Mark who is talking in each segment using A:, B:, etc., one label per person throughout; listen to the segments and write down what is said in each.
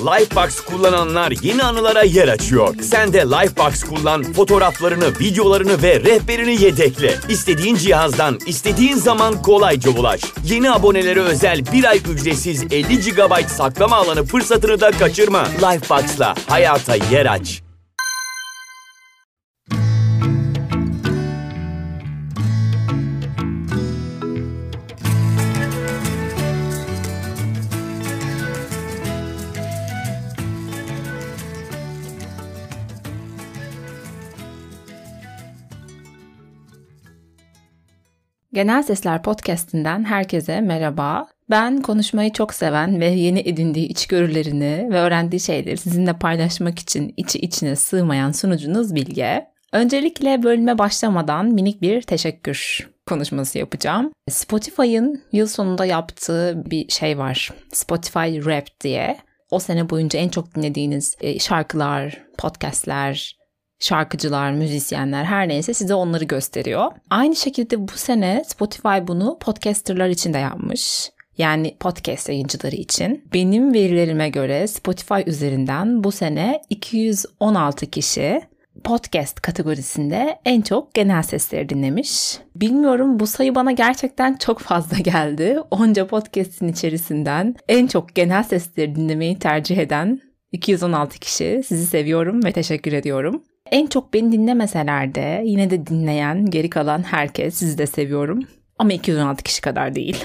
A: Lifebox kullananlar yeni anılara yer açıyor. Sen de Lifebox kullan, fotoğraflarını, videolarını ve rehberini yedekle. İstediğin cihazdan, istediğin zaman kolayca ulaş. Yeni abonelere özel 1 ay ücretsiz 50 GB saklama alanı fırsatını da kaçırma. Lifebox'la hayata yer aç.
B: Genel Sesler Podcast'inden herkese merhaba. Ben konuşmayı çok seven ve yeni edindiği içgörülerini ve öğrendiği şeyleri sizinle paylaşmak için içi içine sığmayan sunucunuz Bilge. Öncelikle bölüme başlamadan minik bir teşekkür konuşması yapacağım. Spotify'ın yıl sonunda yaptığı bir şey var. Spotify Wrapped diye. O sene boyunca en çok dinlediğiniz şarkılar, podcastler, şarkıcılar, müzisyenler her neyse size onları gösteriyor. Aynı şekilde bu sene Spotify bunu podcasterlar için de yapmış. Yani podcast yayıncıları için. Benim verilerime göre Spotify üzerinden bu sene 216 kişi podcast kategorisinde en çok genel sesleri dinlemiş. Bilmiyorum, bu sayı bana gerçekten çok fazla geldi. Onca podcast'in içerisinden en çok genel sesleri dinlemeyi tercih eden 216 kişi. Sizi seviyorum ve teşekkür ediyorum. En çok beni dinlemeseler de yine de dinleyen geri kalan herkes, sizi de seviyorum. Ama 216 kişi kadar değil.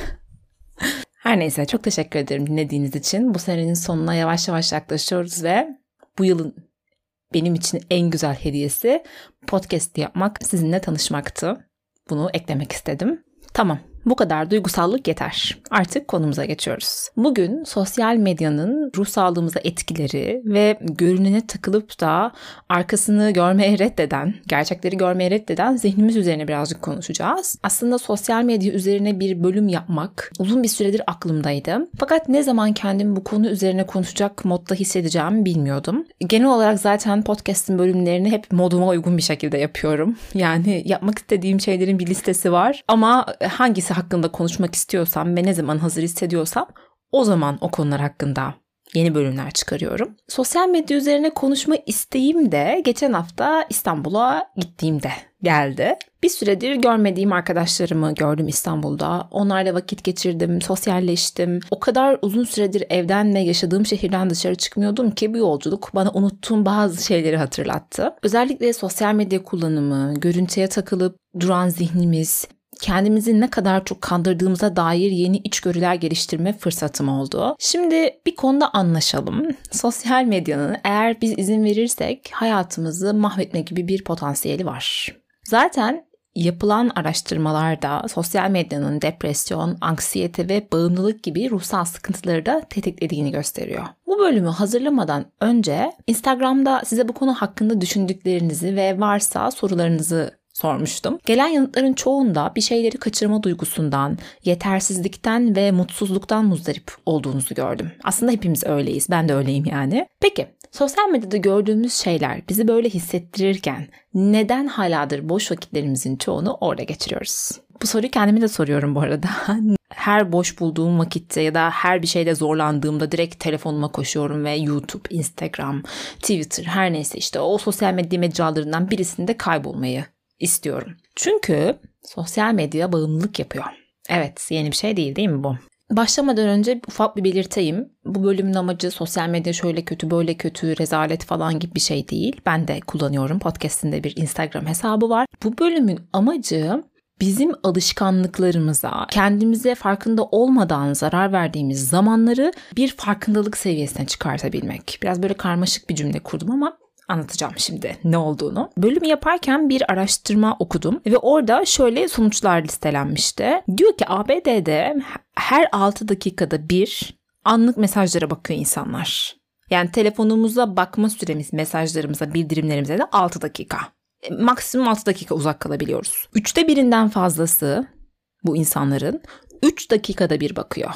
B: Her neyse, çok teşekkür ederim dinlediğiniz için. Bu senenin sonuna yavaş yavaş yaklaşıyoruz ve bu yılın benim için en güzel hediyesi podcast yapmak, sizinle tanışmaktı. Bunu eklemek istedim. Tamam. Bu kadar duygusallık yeter. Artık konumuza geçiyoruz. Bugün sosyal medyanın ruh sağlığımıza etkileri ve görünene takılıp da arkasını görmeye reddeden, gerçekleri görmeye reddeden zihnimiz üzerine birazcık konuşacağız. Aslında sosyal medya üzerine bir bölüm yapmak uzun bir süredir aklımdaydı. Fakat ne zaman kendimi bu konu üzerine konuşacak modda hissedeceğimi bilmiyordum. Genel olarak zaten podcast'ın bölümlerini hep moduma uygun bir şekilde yapıyorum. Yani yapmak istediğim şeylerin bir listesi var ama hangisi hakkında konuşmak istiyorsam ve ne zaman hazır hissediyorsam o zaman o konular hakkında yeni bölümler çıkarıyorum. Sosyal medya üzerine konuşma isteğim de geçen hafta İstanbul'a gittiğimde geldi. Bir süredir görmediğim arkadaşlarımı gördüm İstanbul'da. Onlarla vakit geçirdim, sosyalleştim. O kadar uzun süredir evden ve yaşadığım şehirden dışarı çıkmıyordum ki bu yolculuk bana unuttuğum bazı şeyleri hatırlattı. Özellikle sosyal medya kullanımı, görüntüye takılıp duran zihnimiz, kendimizi ne kadar çok kandırdığımıza dair yeni içgörüler geliştirme fırsatım oldu. Şimdi bir konuda anlaşalım. Sosyal medyanın eğer biz izin verirsek hayatımızı mahvetme gibi bir potansiyeli var. Zaten yapılan araştırmalarda sosyal medyanın depresyon, anksiyete ve bağımlılık gibi ruhsal sıkıntıları da tetiklediğini gösteriyor. Bu bölümü hazırlamadan önce Instagram'da size bu konu hakkında düşündüklerinizi ve varsa sorularınızı sormuştum. Gelen yanıtların çoğunda bir şeyleri kaçırma duygusundan, yetersizlikten ve mutsuzluktan muzdarip olduğunuzu gördüm. Aslında hepimiz öyleyiz. Ben de öyleyim yani. Peki, sosyal medyada gördüğümüz şeyler bizi böyle hissettirirken neden haladır boş vakitlerimizin çoğunu orada geçiriyoruz? Bu soruyu kendime de soruyorum bu arada. Her boş bulduğum vakitte ya da her bir şeyde zorlandığımda direkt telefonuma koşuyorum ve YouTube, Instagram, Twitter her neyse işte o sosyal medya mecralarından birisinde kaybolmayı istiyorum. Çünkü sosyal medya bağımlılık yapıyor. Evet, yeni bir şey değil mi bu? Başlamadan önce ufak bir belirteyim. Bu bölümün amacı sosyal medya şöyle kötü, böyle kötü, rezalet falan gibi bir şey değil. Ben de kullanıyorum. Podcast'inde bir Instagram hesabı var. Bu bölümün amacı bizim alışkanlıklarımıza, kendimize farkında olmadan zarar verdiğimiz zamanları bir farkındalık seviyesine çıkartabilmek. Biraz böyle karmaşık bir cümle kurdum ama anlatacağım şimdi ne olduğunu. Bölümü yaparken bir araştırma okudum ve orada şöyle sonuçlar listelenmişti. Diyor ki ABD'de her 6 dakikada bir anlık mesajlara bakıyor insanlar. Yani telefonumuza bakma süremiz mesajlarımıza, bildirimlerimize de 6 dakika. Maksimum 6 dakika uzak kalabiliyoruz. 3'te 1'inden fazlası bu insanların 3 dakikada bir bakıyor.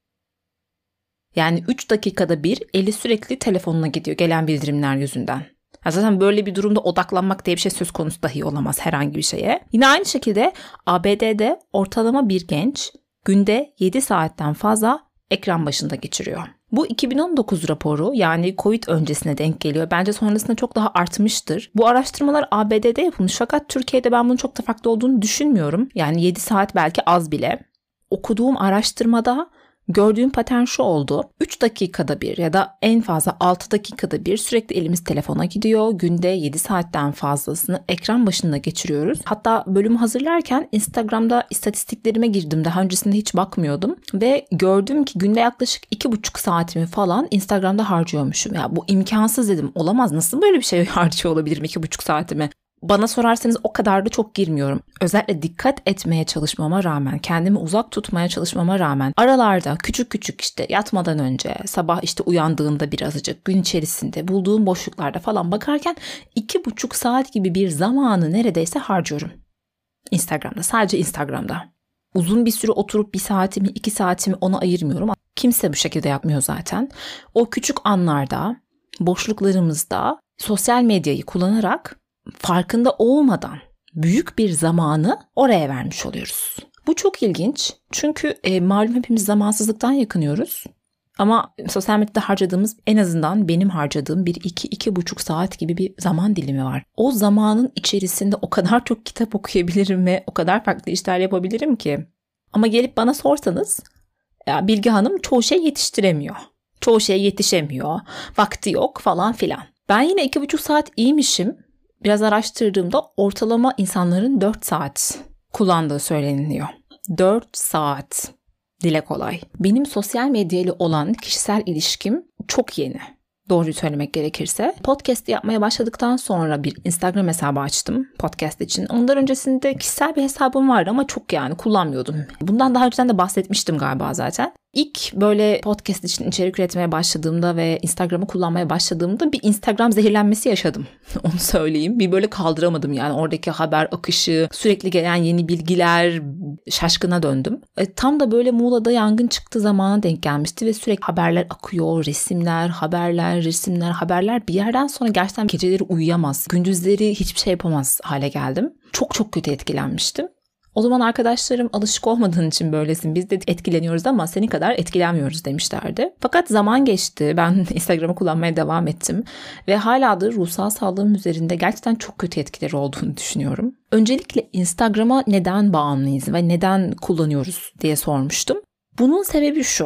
B: Yani 3 dakikada bir eli sürekli telefonuna gidiyor gelen bildirimler yüzünden. Zaten böyle bir durumda odaklanmak diye bir şey söz konusu dahi olamaz herhangi bir şeye. Yine aynı şekilde ABD'de ortalama bir genç günde 7 saatten fazla ekran başında geçiriyor. Bu 2019 raporu, yani Covid öncesine denk geliyor. Bence sonrasında çok daha artmıştır. Bu araştırmalar ABD'de yapılmış fakat Türkiye'de ben bunun çok da farklı olduğunu düşünmüyorum. Yani 7 saat belki az bile. Okuduğum araştırmada gördüğüm patern şu oldu. 3 dakikada bir ya da en fazla 6 dakikada bir sürekli elimiz telefona gidiyor. Günde 7 saatten fazlasını ekran başında geçiriyoruz. Hatta bölümü hazırlarken Instagram'da istatistiklerime girdim. Daha öncesinde hiç bakmıyordum. Ve gördüm ki günde yaklaşık 2,5 saatimi falan Instagram'da harcıyormuşum. Ya bu imkansız dedim. Olamaz, nasıl böyle bir şey harcıyor olabilirim 2,5 saatimi? Bana sorarsanız o kadar da çok girmiyorum. Özellikle dikkat etmeye çalışmama rağmen, kendimi uzak tutmaya çalışmama rağmen aralarda küçük küçük işte yatmadan önce, sabah işte uyandığımda birazcık, gün içerisinde bulduğum boşluklarda falan bakarken 2,5 saat gibi bir zamanı neredeyse harcıyorum. Instagram'da, sadece Instagram'da. Uzun bir süre oturup 1 saatimi, 2 saatimi ona ayırmıyorum. Kimse bu şekilde yapmıyor zaten. O küçük anlarda, boşluklarımızda sosyal medyayı kullanarak farkında olmadan büyük bir zamanı oraya vermiş oluyoruz. Bu çok ilginç çünkü malum hepimiz zamansızlıktan yakınıyoruz. Ama sosyal medyada harcadığımız, en azından benim harcadığım 2-2,5 saat gibi bir zaman dilimi var. O zamanın içerisinde o kadar çok kitap okuyabilirim ve o kadar farklı işler yapabilirim ki. Ama gelip bana sorsanız, ya Bilge Hanım çoğu şey yetiştiremiyor. Çoğu şey yetişemiyor, vakti yok falan filan. Ben yine 2,5 saat iyiymişim. Biraz araştırdığımda ortalama insanların 4 saat kullandığı söyleniliyor. 4 saat. Dile kolay. Benim sosyal medyayla olan kişisel ilişkim çok yeni. Doğruyu söylemek gerekirse. Podcast yapmaya başladıktan sonra bir Instagram hesabı açtım podcast için. Ondan öncesinde kişisel bir hesabım vardı ama çok kullanmıyordum. Bundan daha önceden de bahsetmiştim galiba zaten. İlk böyle podcast için içerik üretmeye başladığımda ve Instagram'ı kullanmaya başladığımda bir Instagram zehirlenmesi yaşadım. Onu söyleyeyim. Bir böyle kaldıramadım yani oradaki haber akışı, sürekli gelen yeni bilgiler, şaşkına döndüm. Tam da böyle Muğla'da yangın çıktığı zamana denk gelmişti ve sürekli haberler akıyor, resimler, haberler, resimler, haberler. Bir yerden sonra gerçekten geceleri uyuyamaz, gündüzleri hiçbir şey yapamaz hale geldim. Çok çok kötü etkilenmiştim. O zaman arkadaşlarım alışık olmadığın için böylesin, biz de etkileniyoruz ama senin kadar etkilenmiyoruz demişlerdi. Fakat zaman geçti, ben Instagram'ı kullanmaya devam ettim ve hala da ruhsal sağlığım üzerinde gerçekten çok kötü etkileri olduğunu düşünüyorum. Öncelikle Instagram'a neden bağımlıyız ve neden kullanıyoruz diye sormuştum. Bunun sebebi şu: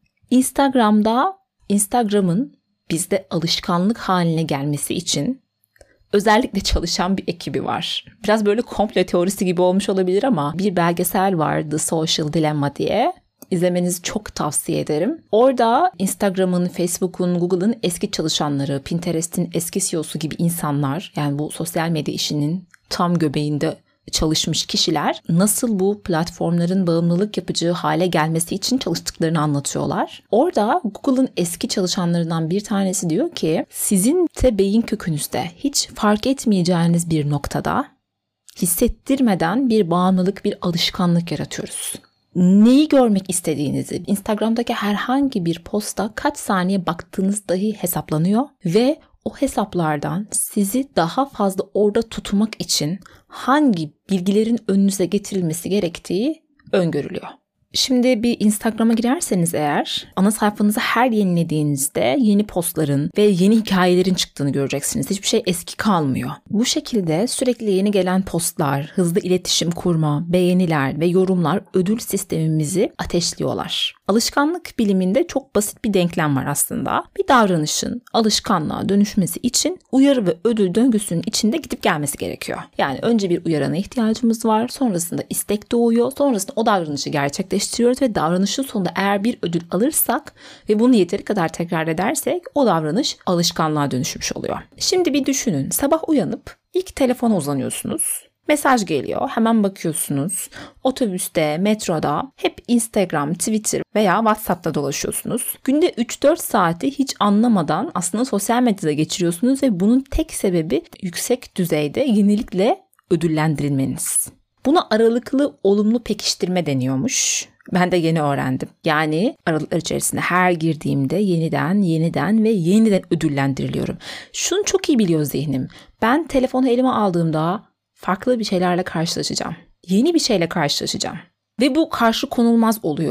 B: Instagram'ın bizde alışkanlık haline gelmesi için özellikle çalışan bir ekibi var. Biraz böyle komplo teorisi gibi olmuş olabilir ama bir belgesel var, The Social Dilemma diye. İzlemenizi çok tavsiye ederim. Orada Instagram'ın, Facebook'un, Google'ın eski çalışanları, Pinterest'in eski CEO'su gibi insanlar, yani bu sosyal medya işinin tam göbeğinde çalışmış kişiler nasıl bu platformların bağımlılık yapıcı hale gelmesi için çalıştıklarını anlatıyorlar. Orada Google'ın eski çalışanlarından bir tanesi diyor ki, sizin de beyin kökünüzde hiç fark etmeyeceğiniz bir noktada hissettirmeden bir bağımlılık, bir alışkanlık yaratıyoruz. Neyi görmek istediğinizi, Instagram'daki herhangi bir posta kaç saniye baktığınız dahi hesaplanıyor ve o hesaplardan sizi daha fazla orada tutmak için hangi bilgilerin önünüze getirilmesi gerektiği öngörülüyor. Şimdi bir Instagram'a girerseniz eğer, ana sayfanızı her yenilediğinizde yeni postların ve yeni hikayelerin çıktığını göreceksiniz. Hiçbir şey eski kalmıyor. Bu şekilde sürekli yeni gelen postlar, hızlı iletişim kurma, beğeniler ve yorumlar ödül sistemimizi ateşliyorlar. Alışkanlık biliminde çok basit bir denklem var aslında. Bir davranışın alışkanlığa dönüşmesi için uyarı ve ödül döngüsünün içinde gidip gelmesi gerekiyor. Yani önce bir uyarana ihtiyacımız var, sonrasında istek doğuyor, sonrasında o davranışı gerçekleştiriyoruz ve davranışın sonunda eğer bir ödül alırsak ve bunu yeteri kadar tekrar edersek o davranış alışkanlığa dönüşmüş oluyor. Şimdi bir düşünün, sabah uyanıp ilk telefona uzanıyorsunuz. Mesaj geliyor, hemen bakıyorsunuz. Otobüste, metroda hep Instagram, Twitter veya WhatsApp'ta dolaşıyorsunuz. Günde 3-4 saati hiç anlamadan aslında sosyal medyada geçiriyorsunuz ve bunun tek sebebi yüksek düzeyde yenilikle ödüllendirilmeniz. Buna aralıklı olumlu pekiştirme deniyormuş. Ben de yeni öğrendim. Yani aralıklar içerisinde her girdiğimde yeniden ve yeniden ödüllendiriliyorum. Şunu çok iyi biliyor zihnim. Ben telefonu elime aldığımda farklı bir şeylerle karşılaşacağım. Yeni bir şeyle karşılaşacağım. Ve bu karşı konulmaz oluyor.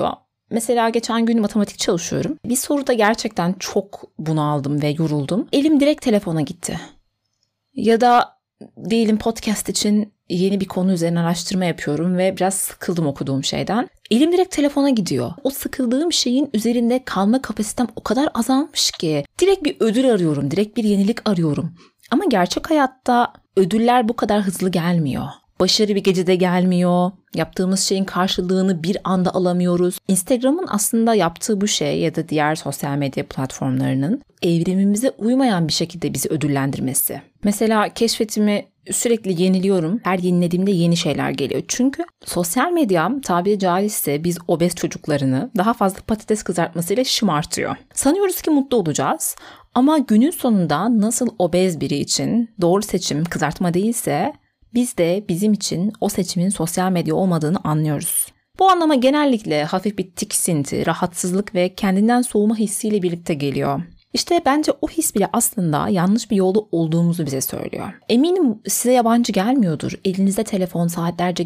B: Mesela geçen gün matematik çalışıyorum. Bir soruda gerçekten çok bunaldım ve yoruldum. Elim direkt telefona gitti. Ya da diyelim podcast için yeni bir konu üzerine araştırma yapıyorum ve biraz sıkıldım okuduğum şeyden. Elim direkt telefona gidiyor. O sıkıldığım şeyin üzerinde kalma kapasitem o kadar azalmış ki direkt bir ödül arıyorum, direkt bir yenilik arıyorum. Ama gerçek hayatta ödüller bu kadar hızlı gelmiyor. Başarı bir gecede gelmiyor. Yaptığımız şeyin karşılığını bir anda alamıyoruz. Instagram'ın aslında yaptığı bu şey ya da diğer sosyal medya platformlarının evrimimize uymayan bir şekilde bizi ödüllendirmesi. Mesela keşfetimi sürekli yeniliyorum. Her yenilediğimde yeni şeyler geliyor. Çünkü sosyal medya tabiri caizse biz obez çocuklarını daha fazla patates kızartmasıyla şımartıyor. Sanıyoruz ki mutlu olacağız. Ama günün sonunda nasıl obez biri için doğru seçim kızartma değilse biz de bizim için o seçimin sosyal medya olmadığını anlıyoruz. Bu anlama genellikle hafif bir tiksinti, rahatsızlık ve kendinden soğuma hissiyle birlikte geliyor. İşte bence o his bile aslında yanlış bir yolda olduğumuzu bize söylüyor. Eminim size yabancı gelmiyordur. Elinizde telefon saatlerce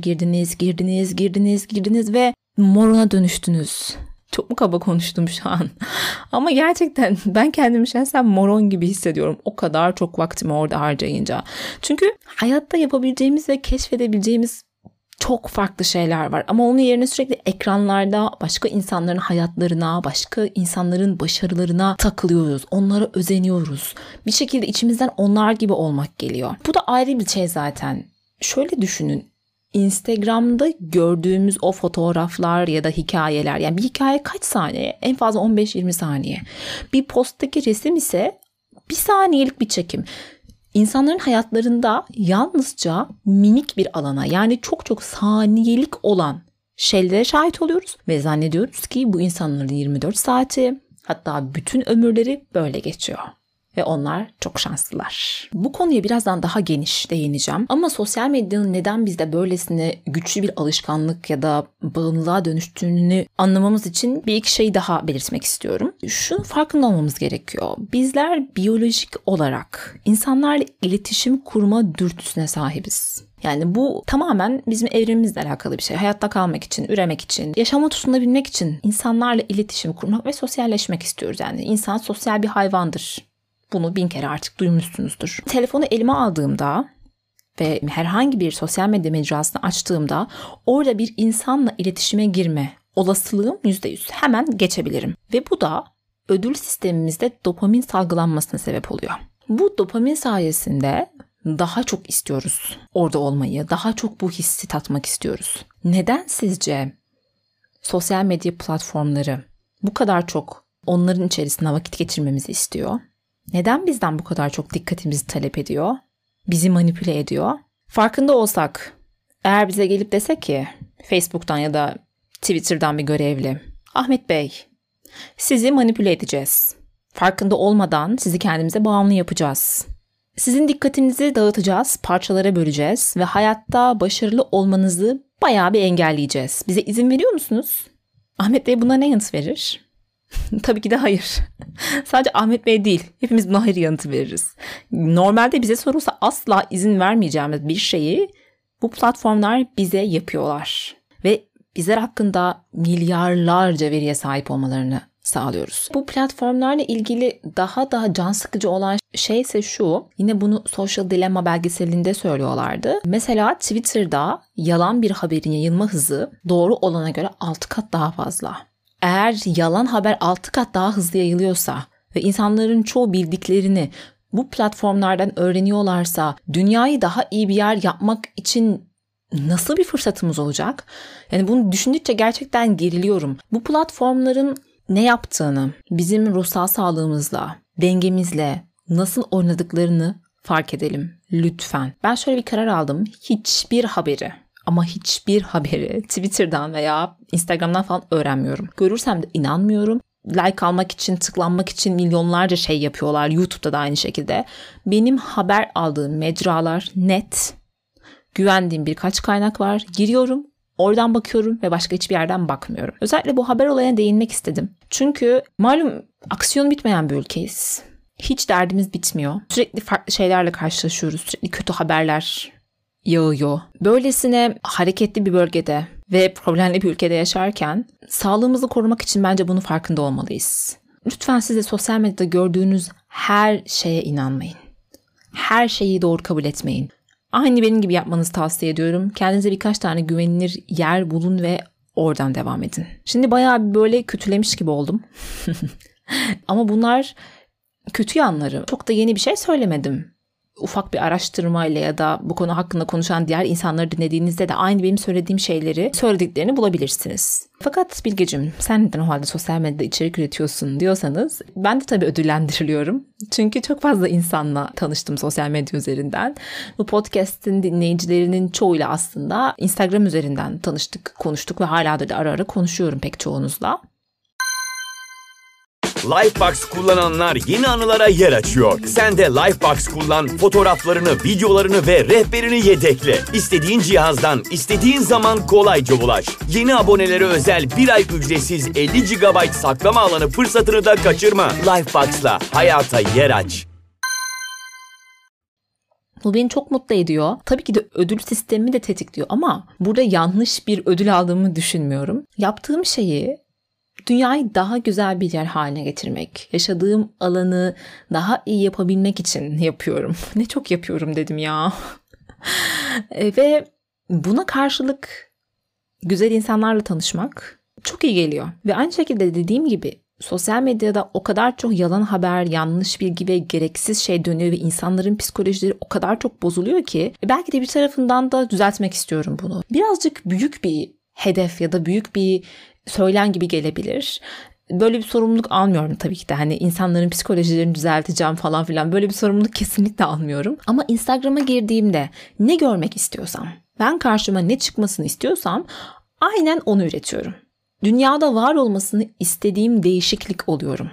B: girdiniz ve morona dönüştünüz. Çok mu kaba konuştum şu an? Ama gerçekten ben kendimi şahsen moron gibi hissediyorum. O kadar çok vaktimi orada harcayınca. Çünkü hayatta yapabileceğimiz ve keşfedebileceğimiz çok farklı şeyler var. Ama onun yerine sürekli ekranlarda başka insanların hayatlarına, başka insanların başarılarına takılıyoruz. Onlara özeniyoruz. Bir şekilde içimizden onlar gibi olmak geliyor. Bu da ayrı bir şey zaten. Şöyle düşünün. Instagram'da gördüğümüz o fotoğraflar ya da hikayeler, yani bir hikaye kaç saniye? En fazla 15-20 saniye. Bir posttaki resim ise bir saniyelik bir çekim. İnsanların hayatlarında yalnızca minik bir alana, yani çok saniyelik olan şeylere şahit oluyoruz ve zannediyoruz ki bu insanların 24 saati, hatta bütün ömürleri böyle geçiyor. Ve onlar çok şanslılar. Bu konuya birazdan daha geniş değineceğim. Ama sosyal medyanın neden bizde böylesine güçlü bir alışkanlık ya da bağımlılığa dönüştüğünü anlamamız için bir iki şey daha belirtmek istiyorum. Şunun farkında olmamız gerekiyor. Bizler biyolojik olarak insanlarla iletişim kurma dürtüsüne sahibiz. Yani bu tamamen bizim evrimimizle alakalı bir şey. Hayatta kalmak için, üremek için, yaşama tutunabilmek için insanlarla iletişim kurmak ve sosyalleşmek istiyoruz. Yani insan sosyal bir hayvandır. Bunu 1000 kere artık duymuşsunuzdur. Telefonu elime aldığımda ve herhangi bir sosyal medya mecrasını açtığımda orada bir insanla iletişime girme olasılığım %100. Hemen geçebilirim. Ve bu da ödül sistemimizde dopamin salgılanmasına sebep oluyor. Bu dopamin sayesinde daha çok istiyoruz orada olmayı, daha çok bu hissi tatmak istiyoruz. Neden sizce sosyal medya platformları bu kadar çok onların içerisinde vakit geçirmemizi istiyor? Neden bizden bu kadar çok dikkatimizi talep ediyor? Bizi manipüle ediyor? Farkında olsak, eğer bize gelip dese ki Facebook'tan ya da Twitter'dan bir görevli, Ahmet Bey, sizi manipüle edeceğiz. Farkında olmadan sizi kendimize bağımlı yapacağız. Sizin dikkatinizi dağıtacağız, parçalara böleceğiz ve hayatta başarılı olmanızı bayağı bir engelleyeceğiz. Bize izin veriyor musunuz? Ahmet Bey buna ne yanıt verir? Tabii ki de hayır. Sadece Ahmet Bey değil, hepimiz buna hayır yanıtı veririz. Normalde bize sorulsa asla izin vermeyeceğimiz bir şeyi bu platformlar bize yapıyorlar. Ve bizler hakkında milyarlarca veriye sahip olmalarını sağlıyoruz. Bu platformlarla ilgili daha can sıkıcı olan şey ise şu, yine bunu Social Dilemma belgeselinde söylüyorlardı. Mesela Twitter'da yalan bir haberin yayılma hızı doğru olana göre 6 kat daha fazla. Eğer yalan haber 6 kat daha hızlı yayılıyorsa ve insanların çoğu bildiklerini bu platformlardan öğreniyorlarsa dünyayı daha iyi bir yer yapmak için nasıl bir fırsatımız olacak? Yani bunu düşündükçe gerçekten geriliyorum. Bu platformların ne yaptığını, bizim ruhsal sağlığımızla, dengemizle nasıl oynadıklarını fark edelim lütfen. Ben şöyle bir karar aldım. Hiçbir haberi Twitter'dan veya Instagram'dan falan öğrenmiyorum. Görürsem de inanmıyorum. Like almak için, tıklanmak için milyonlarca şey yapıyorlar. YouTube'da da aynı şekilde. Benim haber aldığım mecralar net. Güvendiğim birkaç kaynak var. Giriyorum, oradan bakıyorum ve başka hiçbir yerden bakmıyorum. Özellikle bu haber olayına değinmek istedim. Çünkü malum aksiyon bitmeyen bir ülkeyiz. Hiç derdimiz bitmiyor. Sürekli farklı şeylerle karşılaşıyoruz. Sürekli kötü haberler yağıyor. Böylesine hareketli bir bölgede ve problemli bir ülkede yaşarken sağlığımızı korumak için bence bunun farkında olmalıyız. Lütfen siz de sosyal medyada gördüğünüz her şeye inanmayın. Her şeyi doğru kabul etmeyin. Aynı benim gibi yapmanızı tavsiye ediyorum. Kendinize birkaç tane güvenilir yer bulun ve oradan devam edin. Şimdi bayağı böyle kötülemiş gibi oldum. Ama bunlar kötü yanları. Çok da yeni bir şey söylemedim. Ufak bir araştırmayla ya da bu konu hakkında konuşan diğer insanları dinlediğinizde de aynı benim söylediğim şeyleri söylediklerini bulabilirsiniz. Fakat Bilgeciğim, sen neden o halde sosyal medyada içerik üretiyorsun diyorsanız ben de tabii ödüllendiriliyorum. Çünkü çok fazla insanla tanıştım sosyal medya üzerinden. Bu podcast'in dinleyicilerinin çoğuyla aslında Instagram üzerinden tanıştık, konuştuk ve hala da ara ara konuşuyorum pek çoğunuzla.
A: Lifebox kullananlar yeni anılara yer açıyor. Sen de Lifebox kullan, fotoğraflarını, videolarını ve rehberini yedekle. İstediğin cihazdan, istediğin zaman kolayca ulaş. Yeni abonelere özel 1 ay ücretsiz 50 GB saklama alanı fırsatını da kaçırma. Lifebox'la hayata yer aç.
B: Bu beni çok mutlu ediyor. Tabii ki de ödül sistemimi de tetikliyor ama burada yanlış bir ödül aldığımı düşünmüyorum. Yaptığım şeyi dünyayı daha güzel bir yer haline getirmek, yaşadığım alanı daha iyi yapabilmek için yapıyorum. Ne çok yapıyorum dedim ya. Ve buna karşılık güzel insanlarla tanışmak çok iyi geliyor. Ve aynı şekilde dediğim gibi sosyal medyada o kadar çok yalan haber, yanlış bilgi ve gereksiz şey dönüyor ve insanların psikolojileri o kadar çok bozuluyor ki belki de bir tarafından da düzeltmek istiyorum bunu. Birazcık büyük bir hedef ya da büyük bir söylem gibi gelebilir. Böyle bir sorumluluk almıyorum tabii ki de. Hani insanların psikolojilerini düzelteceğim falan filan. Böyle bir sorumluluk kesinlikle almıyorum. Ama Instagram'a girdiğimde ne görmek istiyorsam, ben karşıma ne çıkmasını istiyorsam aynen onu üretiyorum. Dünyada var olmasını istediğim değişiklik oluyorum.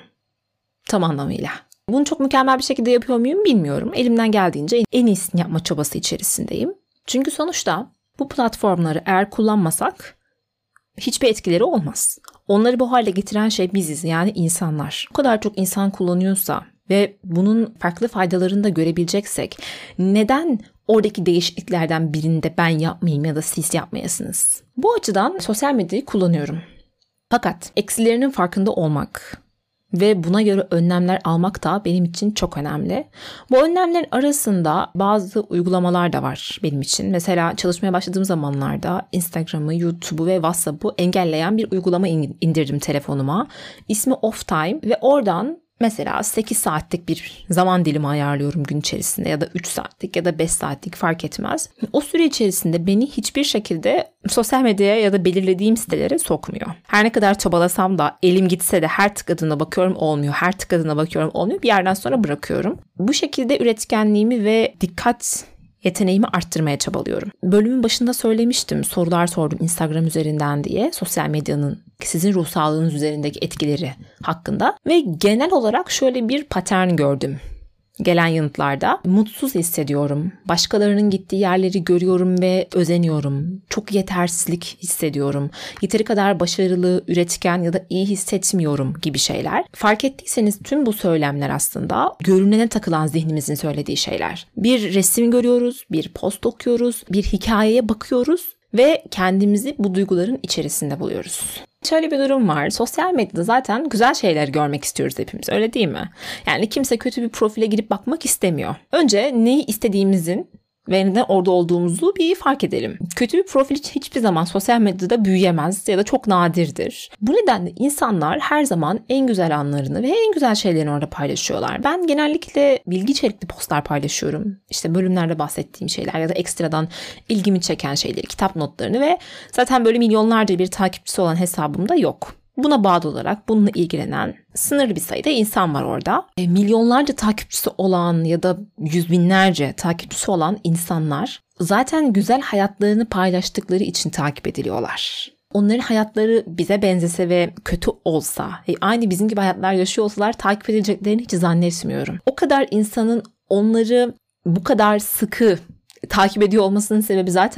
B: Tam anlamıyla. Bunu çok mükemmel bir şekilde yapıyor muyum bilmiyorum. Elimden geldiğince en iyisini yapma çabası içerisindeyim. Çünkü sonuçta bu platformları eğer kullanmasak hiçbir etkileri olmaz. Onları bu hale getiren şey biziz, yani insanlar. O kadar çok insan kullanıyorsa ve bunun farklı faydalarını da görebileceksek neden oradaki değişikliklerden birinde ben yapmayayım ya da siz yapmayasınız? Bu açıdan sosyal medyayı kullanıyorum. Fakat eksilerinin farkında olmak ve buna göre önlemler almak da benim için çok önemli. Bu önlemlerin arasında bazı uygulamalar da var benim için. Mesela çalışmaya başladığım zamanlarda Instagram'ı, YouTube'u ve WhatsApp'ı engelleyen bir uygulama indirdim telefonuma. İsmi Off Time ve oradan mesela 8 saatlik bir zaman dilimi ayarlıyorum gün içerisinde ya da 3 saatlik ya da 5 saatlik fark etmez. O süre içerisinde beni hiçbir şekilde sosyal medyaya ya da belirlediğim sitelere sokmuyor. Her ne kadar çabalasam da elim gitse de her tıkladığına bakıyorum olmuyor. Her tıkladığına bakıyorum olmuyor. Bir yerden sonra bırakıyorum. Bu şekilde üretkenliğimi ve dikkat yeteneğimi arttırmaya çabalıyorum. Bölümün başında söylemiştim, sorular sordum Instagram üzerinden diye, sosyal medyanın sizin ruh sağlığınız üzerindeki etkileri hakkında ve genel olarak şöyle bir patern gördüm. Gelen yanıtlarda mutsuz hissediyorum, başkalarının gittiği yerleri görüyorum ve özeniyorum, çok yetersizlik hissediyorum, yeteri kadar başarılı, üretken ya da iyi hissetmiyorum gibi şeyler. Fark ettiyseniz tüm bu söylemler aslında görünene takılan zihnimizin söylediği şeyler. Bir resim görüyoruz, bir post okuyoruz, bir hikayeye bakıyoruz ve kendimizi bu duyguların içerisinde buluyoruz. Şöyle bir durum var. Sosyal medyada zaten güzel şeyler görmek istiyoruz hepimiz. Öyle değil mi? Yani kimse kötü bir profile girip bakmak istemiyor. Önce neyi istediğimizin ve neden orada olduğumuzu bir fark edelim. Kötü bir profil hiçbir zaman sosyal medyada büyüyemez ya da çok nadirdir. Bu nedenle insanlar her zaman en güzel anlarını ve en güzel şeylerini orada paylaşıyorlar. Ben genellikle bilgi içerikli postlar paylaşıyorum. İşte bölümlerde bahsettiğim şeyler ya da ekstradan ilgimi çeken şeyleri, kitap notlarını ve zaten böyle milyonlarca bir takipçisi olan hesabım da yok. Buna bağlı olarak bununla ilgilenen sınırlı bir sayıda insan var orada. Milyonlarca takipçisi olan ya da yüz binlerce takipçisi olan insanlar zaten güzel hayatlarını paylaştıkları için takip ediliyorlar. Onların hayatları bize benzese ve kötü olsa, aynı bizim gibi hayatlar yaşıyor olsalar takip edileceklerini hiç zannetmiyorum. O kadar insanın onları bu kadar sıkı takip ediyor olmasının sebebi zaten bu.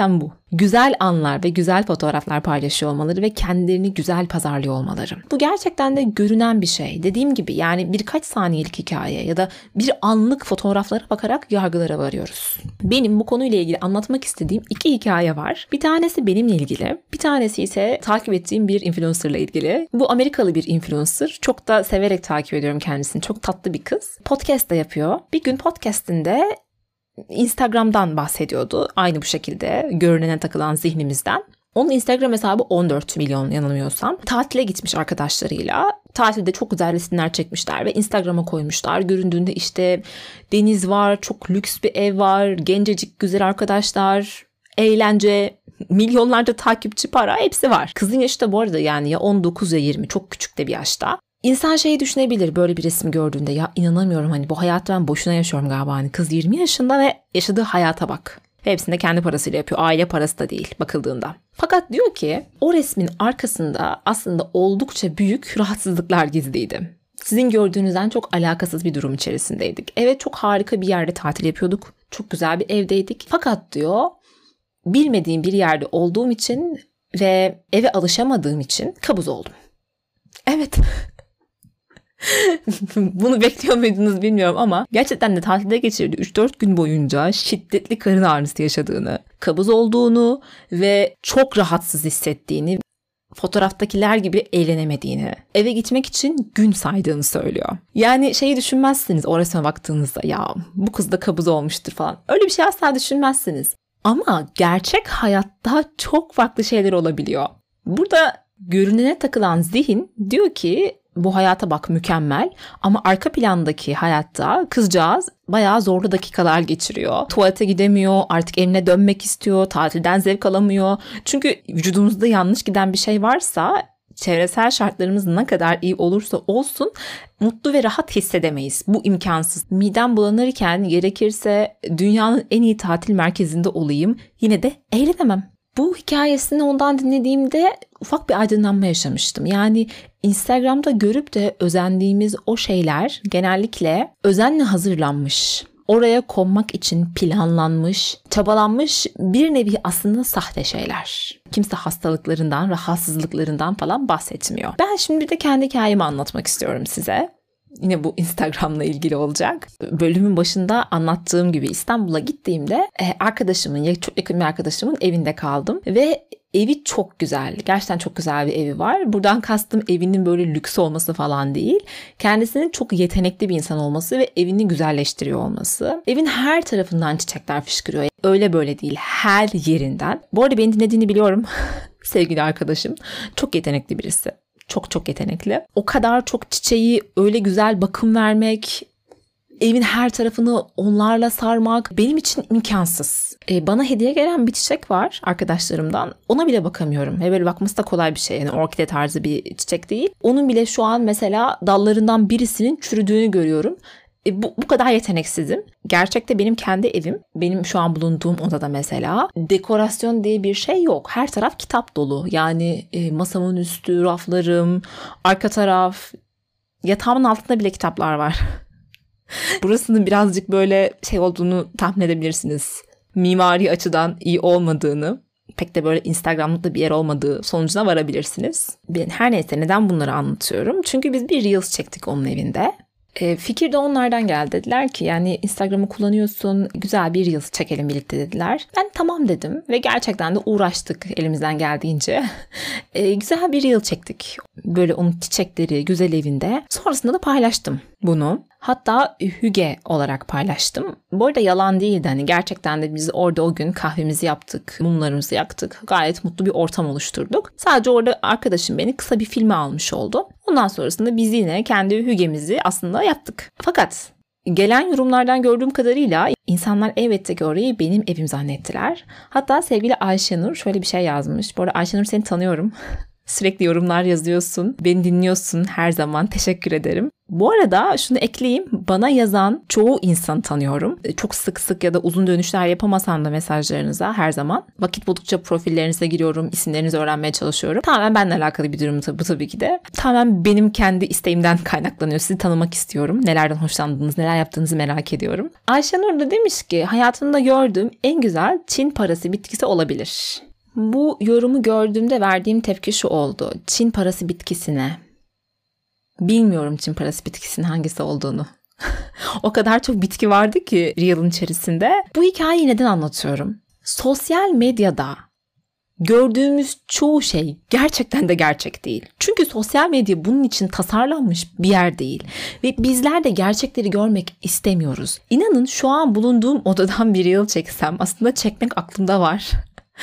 B: güzel anlar ve güzel fotoğraflar paylaşıyor olmaları ve kendilerini güzel pazarlıyor olmaları. Bu gerçekten de görünen bir şey. Dediğim gibi yani birkaç saniyelik hikaye ya da bir anlık fotoğraflara bakarak yargılara varıyoruz. Benim bu konuyla ilgili anlatmak istediğim 2 hikaye var. Bir tanesi benimle ilgili, bir tanesi ise takip ettiğim bir influencerla ilgili. Bu Amerikalı bir influencer. Çok da severek takip ediyorum kendisini. Çok tatlı bir kız. Podcast da yapıyor. Bir gün podcast'inde Instagram'dan bahsediyordu. Aynı bu şekilde görünene takılan zihnimizden. Onun Instagram hesabı 14 milyon yanılmıyorsam. Tatile gitmiş arkadaşlarıyla. Tatilde çok güzel resimler çekmişler ve Instagram'a koymuşlar. Göründüğünde işte deniz var, çok lüks bir ev var, gencecik güzel arkadaşlar, eğlence, milyonlarca takipçi, para, hepsi var. Kızın yaşı da bu arada yani ya 19 ya 20, çok küçük de bir yaşta. İnsan şeyi düşünebilir böyle bir resim gördüğünde, ya inanamıyorum hani bu hayatı ben boşuna yaşıyorum galiba. Hani kız 20 yaşında ve yaşadığı hayata bak. Hepsini de kendi parasıyla yapıyor. Aile parası da değil bakıldığında. Fakat diyor ki o resmin arkasında aslında oldukça büyük rahatsızlıklar gizliydi. Sizin gördüğünüzden çok alakasız bir durum içerisindeydik. Evet, çok harika bir yerde tatil yapıyorduk. Çok güzel bir evdeydik. Fakat diyor bilmediğim bir yerde olduğum için ve eve alışamadığım için kabuz oldum. Evet. Bunu bekliyor muydunuz bilmiyorum ama gerçekten de tatilde geçirdiği 3-4 gün boyunca şiddetli karın ağrısı yaşadığını, kabız olduğunu ve çok rahatsız hissettiğini, fotoğraftakiler gibi eğlenemediğini, eve gitmek için gün saydığını söylüyor. Yani şeyi düşünmezsiniz o resme baktığınızda, ya bu kız da kabız olmuştur falan. Öyle bir şey asla düşünmezsiniz. Ama gerçek hayatta çok farklı şeyler olabiliyor. Burada görünene takılan zihin diyor ki bu hayata bak mükemmel, ama arka plandaki hayatta kızcağız bayağı zorlu dakikalar geçiriyor. Tuvalete gidemiyor, artık evine dönmek istiyor, tatilden zevk alamıyor. Çünkü vücudumuzda yanlış giden bir şey varsa, çevresel şartlarımız ne kadar iyi olursa olsun mutlu ve rahat hissedemeyiz. Bu imkansız. Midem bulanırken gerekirse dünyanın en iyi tatil merkezinde olayım, yine de eğlenemem. Bu hikayesini ondan dinlediğimde ufak bir aydınlanma yaşamıştım. Yani Instagram'da görüp de özendiğimiz o şeyler genellikle özenle hazırlanmış, oraya konmak için planlanmış, çabalanmış bir nevi aslında sahte şeyler. Kimse hastalıklarından, rahatsızlıklarından falan bahsetmiyor. Ben şimdi bir de kendi hikayemi anlatmak istiyorum size. Yine bu Instagram'la ilgili olacak. Bölümün başında anlattığım gibi İstanbul'a gittiğimde arkadaşımın, çok yakın bir arkadaşımın evinde kaldım. Ve evi çok güzel. Gerçekten çok güzel bir evi var. Buradan kastım evinin böyle lüks olması falan değil. Kendisinin çok yetenekli bir insan olması ve evini güzelleştiriyor olması. Evin her tarafından çiçekler fışkırıyor. Öyle böyle değil. Her yerinden. Bu arada beni dinlediğini biliyorum. Sevgili arkadaşım. Çok yetenekli birisi. Çok yetenekli. O kadar çok çiçeği öyle güzel bakım vermek, evin her tarafını onlarla sarmak benim için imkansız. Bana hediye gelen bir çiçek var arkadaşlarımdan. Ona bile bakamıyorum. Ve böyle bakması da kolay bir şey. Yani orkide tarzı bir çiçek değil. Onun bile şu an mesela dallarından birisinin çürüdüğünü görüyorum. Bu kadar yeteneksizim. Gerçekte benim kendi evim, benim şu an bulunduğum odada mesela dekorasyon diye bir şey yok. Her taraf kitap dolu. Yani masamın üstü, raflarım, arka taraf, yatağımın altında bile kitaplar var. Burasının birazcık böyle şey olduğunu tahmin edebilirsiniz. Mimari açıdan iyi olmadığını, pek de böyle Instagram'da bir yer olmadığı sonucuna varabilirsiniz. Her neyse, neden bunları anlatıyorum? Çünkü biz bir Reels çektik onun evinde. Fikir de onlardan geldi. Dediler ki yani Instagram'ı kullanıyorsun, güzel bir Reels çekelim birlikte dediler. Ben tamam dedim ve gerçekten de uğraştık elimizden geldiğince. Güzel bir Reel çektik. Böyle onun çiçekleri güzel evinde. Sonrasında da paylaştım bunu. Hatta hüge olarak paylaştım. Bu arada yalan değildi. Hani gerçekten de biz orada o gün kahvemizi yaptık, mumlarımızı yaktık. Gayet mutlu bir ortam oluşturduk. Sadece orada arkadaşım beni kısa bir filme almış oldu. Ondan sonrasında biz yine kendi hügemizi aslında yaptık. Fakat gelen yorumlardan gördüğüm kadarıyla insanlar elbette ki orayı benim evim zannettiler. Hatta sevgili Ayşenur şöyle bir şey yazmış. Bu arada Ayşenur, seni tanıyorum. Sürekli yorumlar yazıyorsun. Beni dinliyorsun her zaman. Teşekkür ederim. Bu arada şunu ekleyeyim. Bana yazan çoğu insan tanıyorum. Çok sık sık ya da uzun dönüşler yapamasam da mesajlarınıza her zaman. Vakit buldukça profillerinize giriyorum. İsimlerinizi öğrenmeye çalışıyorum. Tamamen benimle alakalı bir durum bu tabii ki de. Tamamen benim kendi isteğimden kaynaklanıyor. Sizi tanımak istiyorum. Nelerden hoşlandığınız, neler yaptığınızı merak ediyorum. Ayşenur da demiş ki hayatımda gördüğüm en güzel Çin parası bitkisi olabilir. Bu yorumu gördüğümde verdiğim tepki şu oldu. Çin parası bitkisine. Bilmiyorum Çin parası bitkisinin hangisi olduğunu. O kadar çok bitki vardı ki Reel'ın içerisinde. Bu hikayeyi neden anlatıyorum? Sosyal medyada gördüğümüz çoğu şey gerçekten de gerçek değil. Çünkü sosyal medya bunun için tasarlanmış bir yer değil. Ve bizler de gerçekleri görmek istemiyoruz. İnanın şu an bulunduğum odadan bir Reel çeksem, aslında çekmek aklımda var.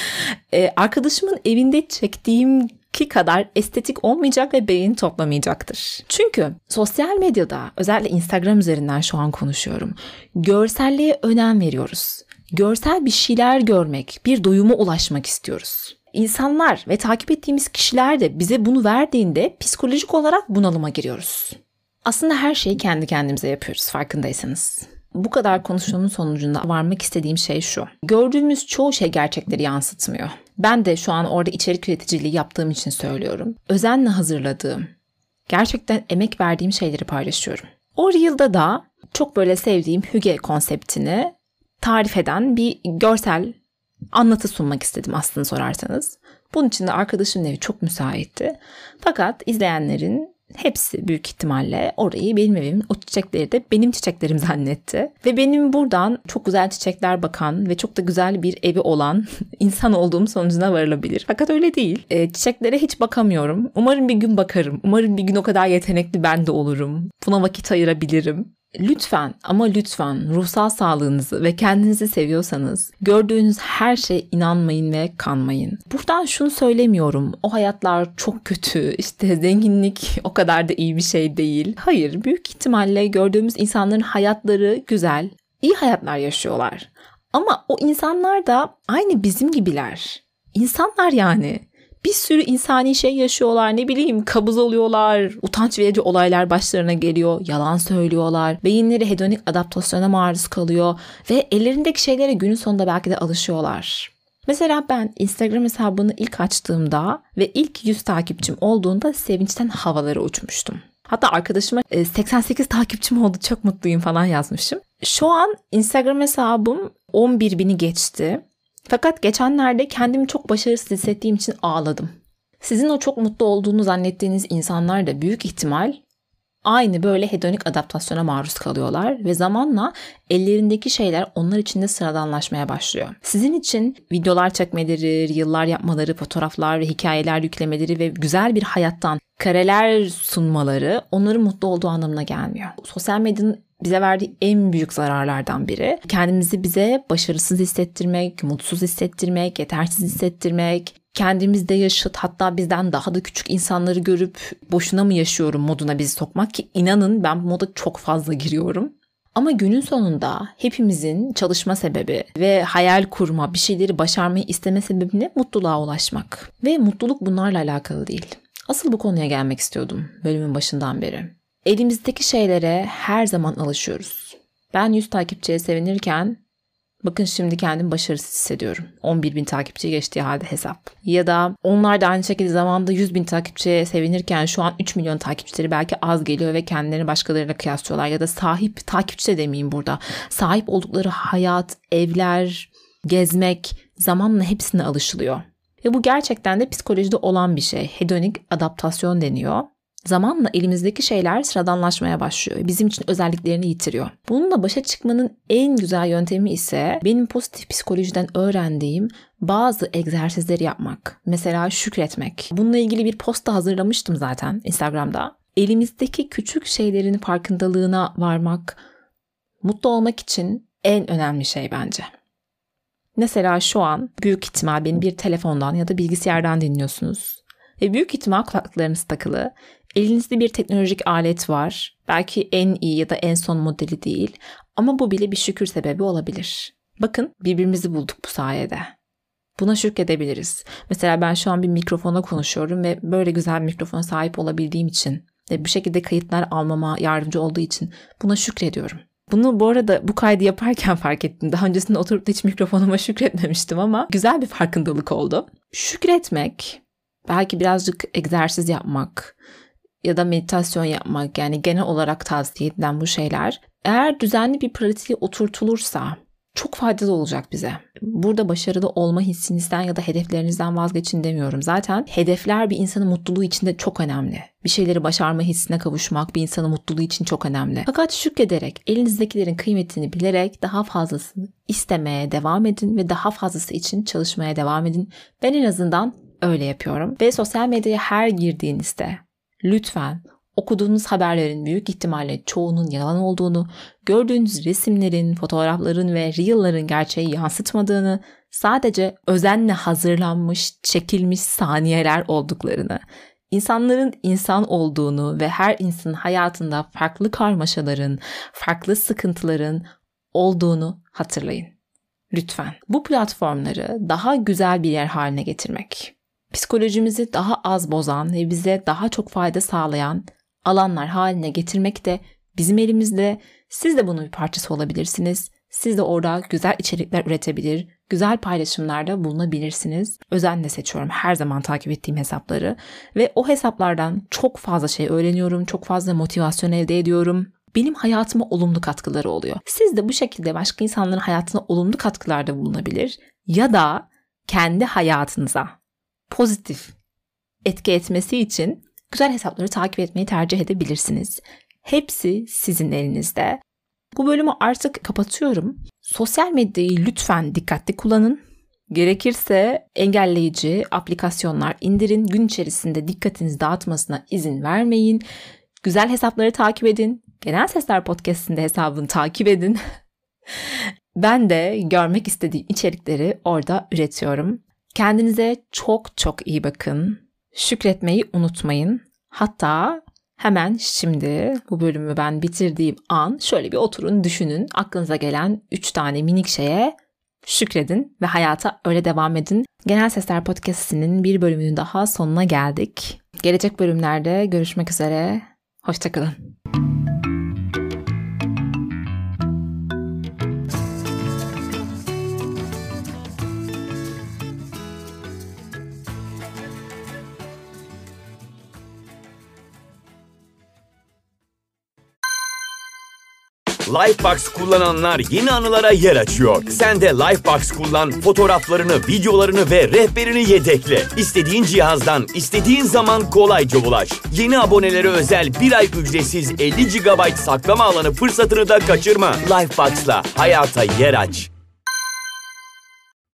B: Arkadaşımın evinde çektiğim ki kadar estetik olmayacak ve beğeni toplamayacaktır. Çünkü sosyal medyada, özellikle Instagram üzerinden şu an konuşuyorum, görselliğe önem veriyoruz. Görsel bir şeyler görmek, bir doyuma ulaşmak istiyoruz. İnsanlar ve takip ettiğimiz kişiler de bize bunu verdiğinde psikolojik olarak bunalıma giriyoruz. Aslında her şeyi kendi kendimize yapıyoruz, farkındaysanız. Bu kadar konuşmanın sonucunda varmak istediğim şey şu. Gördüğümüz çoğu şey gerçekleri yansıtmıyor. Ben de şu an orada içerik üreticiliği yaptığım için söylüyorum. Özenle hazırladığım, gerçekten emek verdiğim şeyleri paylaşıyorum. O Reel'da da çok böyle sevdiğim hüge konseptini tarif eden bir görsel anlatı sunmak istedim aslında sorarsanız. Bunun için de arkadaşımın evi çok müsaitti. Fakat izleyenlerin hepsi büyük ihtimalle orayı benim evim, o çiçekleri de benim çiçeklerim zannetti. Ve benim buradan çok güzel çiçekler bakan ve çok da güzel bir evi olan insan olduğum sonucuna varılabilir. Fakat öyle değil. Çiçeklere hiç bakamıyorum. Umarım bir gün bakarım. Umarım bir gün o kadar yetenekli ben de olurum. Buna vakit ayırabilirim. Lütfen ama lütfen ruhsal sağlığınızı ve kendinizi seviyorsanız gördüğünüz her şeye inanmayın ve kanmayın. Buradan şunu söylemiyorum. O hayatlar çok kötü. İşte zenginlik o kadar da iyi bir şey değil. Hayır, büyük ihtimalle gördüğümüz insanların hayatları güzel, iyi hayatlar yaşıyorlar. Ama o insanlar da aynı bizim gibiler. İnsanlar yani. Bir sürü insani şey yaşıyorlar, ne bileyim kabız oluyorlar, utanç verici olaylar başlarına geliyor, yalan söylüyorlar, beyinleri hedonik adaptasyona maruz kalıyor ve ellerindeki şeylere günün sonunda belki de alışıyorlar. Mesela ben Instagram hesabını ilk açtığımda ve ilk 100 takipçim olduğunda sevinçten havalara uçmuştum. Hatta arkadaşıma 88 takipçim oldu, çok mutluyum falan yazmışım. Şu an Instagram hesabım 11.000'i geçti. Fakat geçenlerde kendimi çok başarısız hissettiğim için ağladım. Sizin o çok mutlu olduğunu zannettiğiniz insanlar da büyük ihtimal aynı böyle hedonik adaptasyona maruz kalıyorlar ve zamanla ellerindeki şeyler onlar için de sıradanlaşmaya başlıyor. Sizin için videolar çekmeleri, yıllar yapmaları, fotoğraflar ve hikayeler yüklemeleri ve güzel bir hayattan kareler sunmaları onların mutlu olduğu anlamına gelmiyor. Sosyal medyanın bize verdiği en büyük zararlardan biri kendimizi bize başarısız hissettirmek, mutsuz hissettirmek, yetersiz hissettirmek, kendimizde yaşıt hatta bizden daha da küçük insanları görüp boşuna mı yaşıyorum moduna bizi sokmak ki inanın ben bu moda çok fazla giriyorum. Ama günün sonunda hepimizin çalışma sebebi ve hayal kurma, bir şeyleri başarmayı isteme sebebi ne? Mutluluğa ulaşmak. Ve mutluluk bunlarla alakalı değil. Asıl bu konuya gelmek istiyordum bölümün başından beri. Elimizdeki şeylere her zaman alışıyoruz. Ben 100 takipçiye sevinirken bakın şimdi kendimi başarısız hissediyorum. 11.000 takipçiye geçtiği halde hesap. Ya da onlar da aynı şekilde zamanında 100.000 takipçiye sevinirken şu an 3 milyon takipçileri belki az geliyor ve kendilerini başkalarıyla kıyaslıyorlar. Ya da sahip, takipçi de demeyeyim burada. Sahip oldukları hayat, evler, gezmek zamanla hepsine alışılıyor. Ve bu gerçekten de psikolojide olan bir şey. Hedonik adaptasyon deniyor. Zamanla elimizdeki şeyler sıradanlaşmaya başlıyor. Bizim için özelliklerini yitiriyor. Bununla başa çıkmanın en güzel yöntemi ise benim pozitif psikolojiden öğrendiğim bazı egzersizleri yapmak. Mesela şükretmek. Bununla ilgili bir post da hazırlamıştım zaten Instagram'da. Elimizdeki küçük şeylerin farkındalığına varmak, mutlu olmak için en önemli şey bence. Mesela şu an büyük ihtimal beni bir telefondan ya da bilgisayardan dinliyorsunuz. Ve büyük ihtimal kulaklıklarınız takılı. Elinizde bir teknolojik alet var. Belki en iyi ya da en son modeli değil. Ama bu bile bir şükür sebebi olabilir. Bakın birbirimizi bulduk bu sayede. Buna şükredebiliriz. Mesela ben şu an bir mikrofona konuşuyorum ve böyle güzel bir mikrofona sahip olabildiğim için ve bu şekilde kayıtlar almama yardımcı olduğu için buna şükrediyorum. Bunu bu arada bu kaydı yaparken fark ettim. Daha öncesinde oturup da hiç mikrofonuma şükretmemiştim ama güzel bir farkındalık oldu. Şükretmek, belki birazcık egzersiz yapmak ya da meditasyon yapmak, yani genel olarak tavsiye edilen bu şeyler eğer düzenli bir pratiğe oturtulursa çok faydalı olacak bize. Burada başarılı olma hissinizden ya da hedeflerinizden vazgeçin demiyorum. Zaten hedefler bir insanın mutluluğu için de çok önemli. Bir şeyleri başarma hissine kavuşmak bir insanın mutluluğu için çok önemli. Fakat şükrederek, elinizdekilerin kıymetini bilerek daha fazlasını istemeye devam edin ve daha fazlası için çalışmaya devam edin. Ben en azından öyle yapıyorum. Ve sosyal medyaya her girdiğinizde lütfen okuduğunuz haberlerin büyük ihtimalle çoğunun yalan olduğunu, gördüğünüz resimlerin, fotoğrafların ve reel'ların gerçeği yansıtmadığını, sadece özenle hazırlanmış, çekilmiş saniyeler olduklarını, insanların insan olduğunu ve her insanın hayatında farklı karmaşaların, farklı sıkıntıların olduğunu hatırlayın. Lütfen bu platformları daha güzel bir yer haline getirmek, psikolojimizi daha az bozan ve bize daha çok fayda sağlayan alanlar haline getirmek de bizim elimizde. Siz de bunun bir parçası olabilirsiniz. Siz de orada güzel içerikler üretebilir, güzel paylaşımlarda bulunabilirsiniz. Özenle seçiyorum her zaman takip ettiğim hesapları ve o hesaplardan çok fazla şey öğreniyorum, çok fazla motivasyon elde ediyorum. Benim hayatıma olumlu katkıları oluyor. Siz de bu şekilde başka insanların hayatına olumlu katkılarda bulunabilir ya da kendi hayatınıza pozitif etki etmesi için güzel hesapları takip etmeyi tercih edebilirsiniz. Hepsi sizin elinizde. Bu bölümü artık kapatıyorum. Sosyal medyayı lütfen dikkatli kullanın. Gerekirse engelleyici aplikasyonlar indirin. Gün içerisinde dikkatinizi dağıtmasına izin vermeyin. Güzel hesapları takip edin. Genel Sesler Podcast'inde hesabını takip edin. Ben de görmek istediğim içerikleri orada üretiyorum. Kendinize çok çok iyi bakın. Şükretmeyi unutmayın. Hatta hemen şimdi bu bölümü ben bitirdiğim an şöyle bir oturun, düşünün. Aklınıza gelen 3 tane minik şeye şükredin ve hayata öyle devam edin. Genel Sesler Podcast'inin bir bölümünün daha sonuna geldik. Gelecek bölümlerde görüşmek üzere. Hoşça kalın.
A: Lifebox kullananlar yeni anılara yer açıyor. Sen de Lifebox kullan, fotoğraflarını, videolarını ve rehberini yedekle. İstediğin cihazdan, istediğin zaman kolayca ulaş. Yeni abonelere özel 1 ay ücretsiz 50 GB saklama alanı fırsatını da kaçırma. Lifebox'la hayata yer aç.